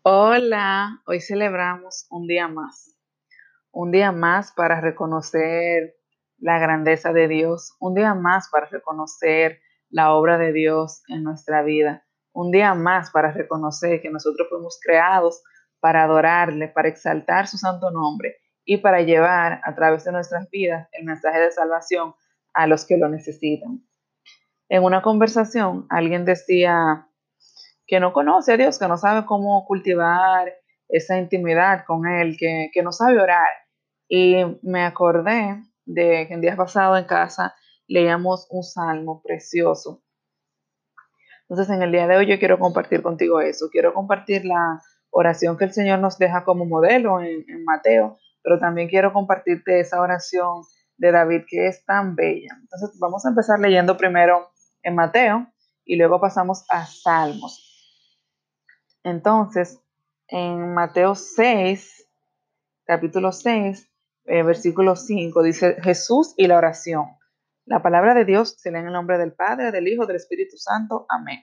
Hola, hoy celebramos un día más para reconocer la grandeza de Dios, un día más para reconocer la obra de Dios en nuestra vida, un día más para reconocer que nosotros fuimos creados para adorarle, para exaltar su santo nombre y para llevar a través de nuestras vidas el mensaje de salvación a los que lo necesitan. En una conversación, alguien decía que no conoce a Dios, que no sabe cómo cultivar esa intimidad con Él, que no sabe orar. Y me acordé de que en días pasados en casa leíamos un salmo precioso. Entonces, en el día de hoy yo quiero compartir contigo eso. Quiero compartir la oración que el Señor nos deja como modelo en Mateo, pero también quiero compartirte esa oración de David que es tan bella. Entonces, vamos a empezar leyendo primero en Mateo y luego pasamos a Salmos. Entonces, en Mateo 6, capítulo 6, versículo 5, dice Jesús y la oración. La palabra de Dios se lee en el nombre del Padre, del Hijo, del Espíritu Santo. Amén.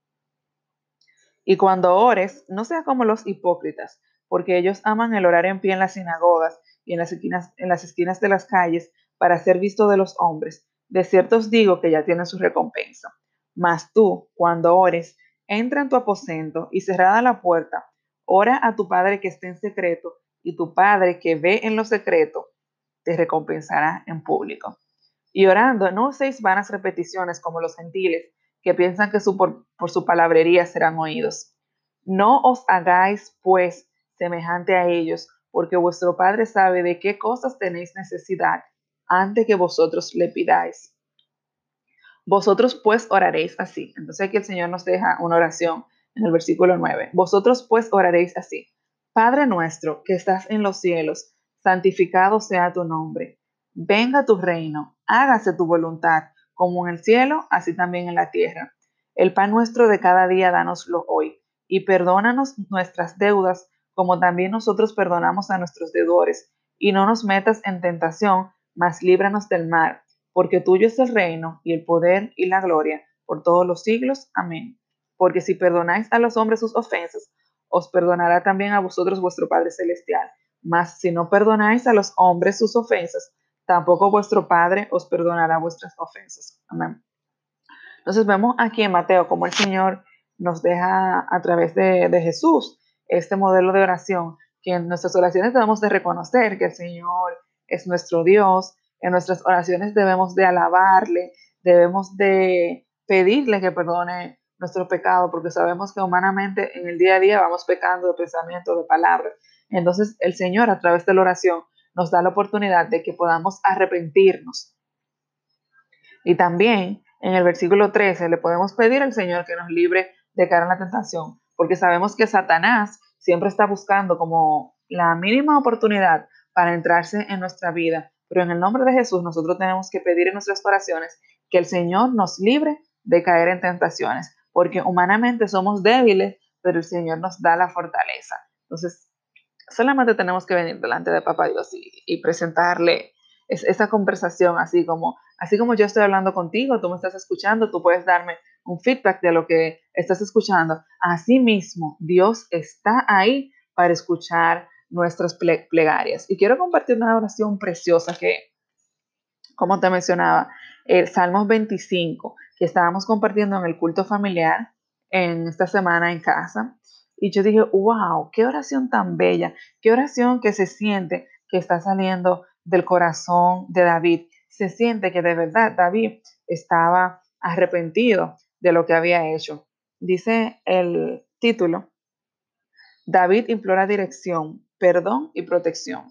Y cuando ores, no seas como los hipócritas, porque ellos aman el orar en pie en las sinagogas y en las esquinas de las calles para ser visto de los hombres. De cierto os digo que ya tienen su recompensa. Mas tú, cuando ores, entra en tu aposento y cerrada la puerta, ora a tu Padre que esté en secreto, y tu Padre que ve en lo secreto te recompensará en público. Y orando, no uséis vanas repeticiones como los gentiles, que piensan que por su palabrería serán oídos. No os hagáis, pues, semejante a ellos, porque vuestro Padre sabe de qué cosas tenéis necesidad antes que vosotros le pidáis. Vosotros pues oraréis así. Entonces aquí el Señor nos deja una oración en el versículo 9. Vosotros pues oraréis así. Padre nuestro que estás en los cielos, santificado sea tu nombre. Venga tu reino, hágase tu voluntad, como en el cielo, así también en la tierra. El pan nuestro de cada día, dánoslo hoy, y perdónanos nuestras deudas, como también nosotros perdonamos a nuestros deudores. Y no nos metas en tentación, mas líbranos del mal, porque tuyo es el reino y el poder y la gloria por todos los siglos. Amén. Porque si perdonáis a los hombres sus ofensas, os perdonará también a vosotros vuestro Padre Celestial. Mas si no perdonáis a los hombres sus ofensas, tampoco vuestro Padre os perdonará vuestras ofensas. Amén. Entonces vemos aquí en Mateo cómo el Señor nos deja a través de Jesús este modelo de oración, que en nuestras oraciones debemos de reconocer que el Señor es nuestro Dios, en nuestras oraciones debemos de alabarle, debemos de pedirle que perdone nuestro pecado, porque sabemos que humanamente en el día a día vamos pecando de pensamiento, de palabras. Entonces el Señor a través de la oración nos da la oportunidad de que podamos arrepentirnos. Y también en el versículo 13 le podemos pedir al Señor que nos libre de caer en la tentación, porque sabemos que Satanás siempre está buscando como la mínima oportunidad para entrarse en nuestra vida. Pero en el nombre de Jesús nosotros tenemos que pedir en nuestras oraciones que el Señor nos libre de caer en tentaciones, porque humanamente somos débiles, pero el Señor nos da la fortaleza. Entonces, solamente tenemos que venir delante de Papá Dios y presentarle esa conversación así como yo estoy hablando contigo, tú me estás escuchando, tú puedes darme un feedback de lo que estás escuchando. Así mismo, Dios está ahí para escuchar nuestras plegarias. Y quiero compartir una oración preciosa que, como te mencionaba, el Salmos 25, que estábamos compartiendo en el culto familiar en esta semana en casa. Y yo dije, wow, qué oración tan bella, qué oración que se siente que está saliendo del corazón de David. Se siente que de verdad David estaba arrepentido de lo que había hecho. Dice el título, David implora dirección, perdón y protección.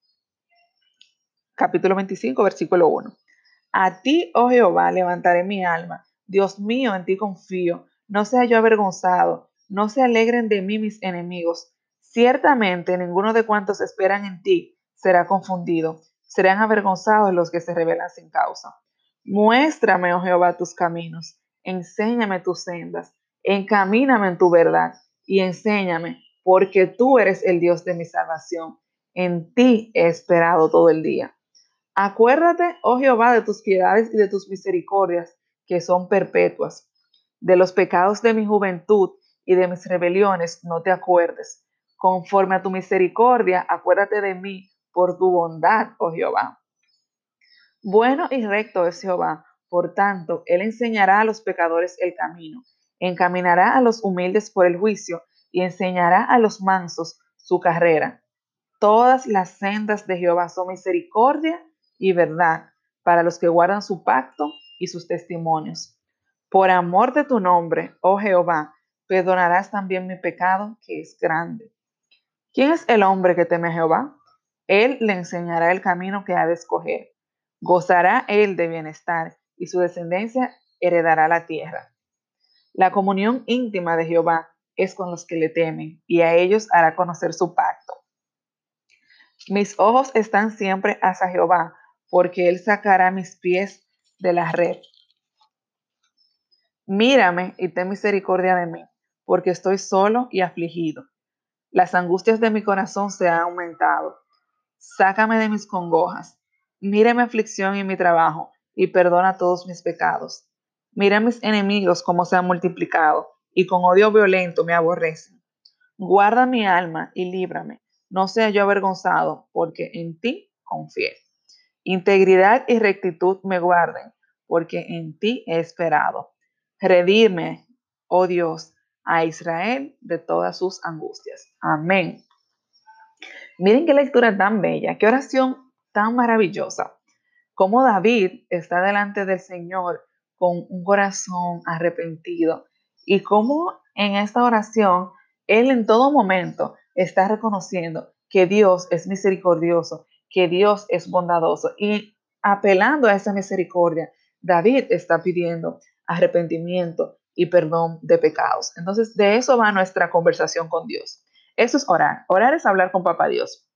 Capítulo 25, versículo 1. A ti, oh Jehová, levantaré mi alma. Dios mío, en ti confío. No sea yo avergonzado. No se alegren de mí mis enemigos. Ciertamente ninguno de cuantos esperan en ti será confundido. Serán avergonzados los que se rebelan sin causa. Muéstrame, oh Jehová, tus caminos. Enséñame tus sendas. Encamíname en tu verdad y enséñame, porque tú eres el Dios de mi salvación. En ti he esperado todo el día. Acuérdate, oh Jehová, de tus piedades y de tus misericordias, que son perpetuas, de los pecados de mi juventud y de mis rebeliones no te acuerdes. Conforme a tu misericordia, acuérdate de mí por tu bondad, oh Jehová. Bueno y recto es Jehová, por tanto, él enseñará a los pecadores el camino, encaminará a los humildes por el juicio y enseñará a los mansos su carrera. Todas las sendas de Jehová son misericordia y verdad para los que guardan su pacto y sus testimonios. Por amor de tu nombre, oh Jehová, perdonarás también mi pecado, que es grande. ¿Quién es el hombre que teme a Jehová? Él le enseñará el camino que ha de escoger. Gozará él de bienestar y su descendencia heredará la tierra. La comunión íntima de Jehová es con los que le temen y a ellos hará conocer su pacto. Mis ojos están siempre hacia Jehová, porque él sacará mis pies de la red. Mírame y ten misericordia de mí, porque estoy solo y afligido. Las angustias de mi corazón se han aumentado. Sácame de mis congojas. Mira mi aflicción y mi trabajo, y perdona todos mis pecados. Mira mis enemigos cómo se han multiplicado, y con odio violento me aborrecen. Guarda mi alma y líbrame, no sea yo avergonzado, porque en ti confié. Integridad y rectitud me guarden, porque en ti he esperado. Redime, oh Dios, a Israel de todas sus angustias. Amén. Miren qué lectura tan bella, qué oración tan maravillosa. Cómo David está delante del Señor con un corazón arrepentido y cómo en esta oración él en todo momento está reconociendo que Dios es misericordioso, que Dios es bondadoso y apelando a esa misericordia, David está pidiendo arrepentimiento y perdón de pecados. Entonces, de eso va nuestra conversación con Dios. Eso es orar. Orar es hablar con Papá Dios.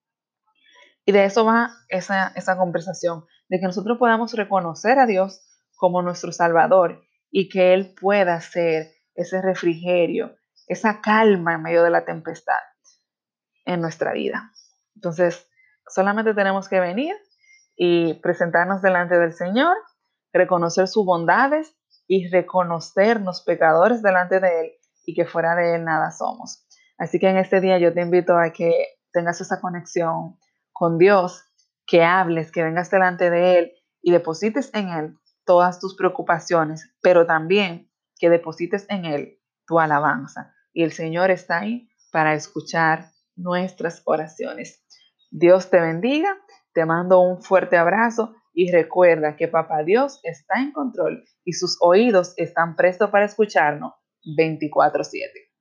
Y de eso va esa conversación, de que nosotros podamos reconocer a Dios como nuestro Salvador y que Él pueda ser ese refrigerio, esa calma en medio de la tempestad en nuestra vida. Entonces, solamente tenemos que venir y presentarnos delante del Señor, reconocer sus bondades y reconocernos pecadores delante de Él y que fuera de Él nada somos. Así que en este día yo te invito a que tengas esa conexión con Dios, que hables, que vengas delante de Él y deposites en Él todas tus preocupaciones, pero también que deposites en Él tu alabanza. Y el Señor está ahí para escuchar nuestras oraciones. Dios te bendiga, te mando un fuerte abrazo y recuerda que Papá Dios está en control y sus oídos están prestos para escucharnos 24/7.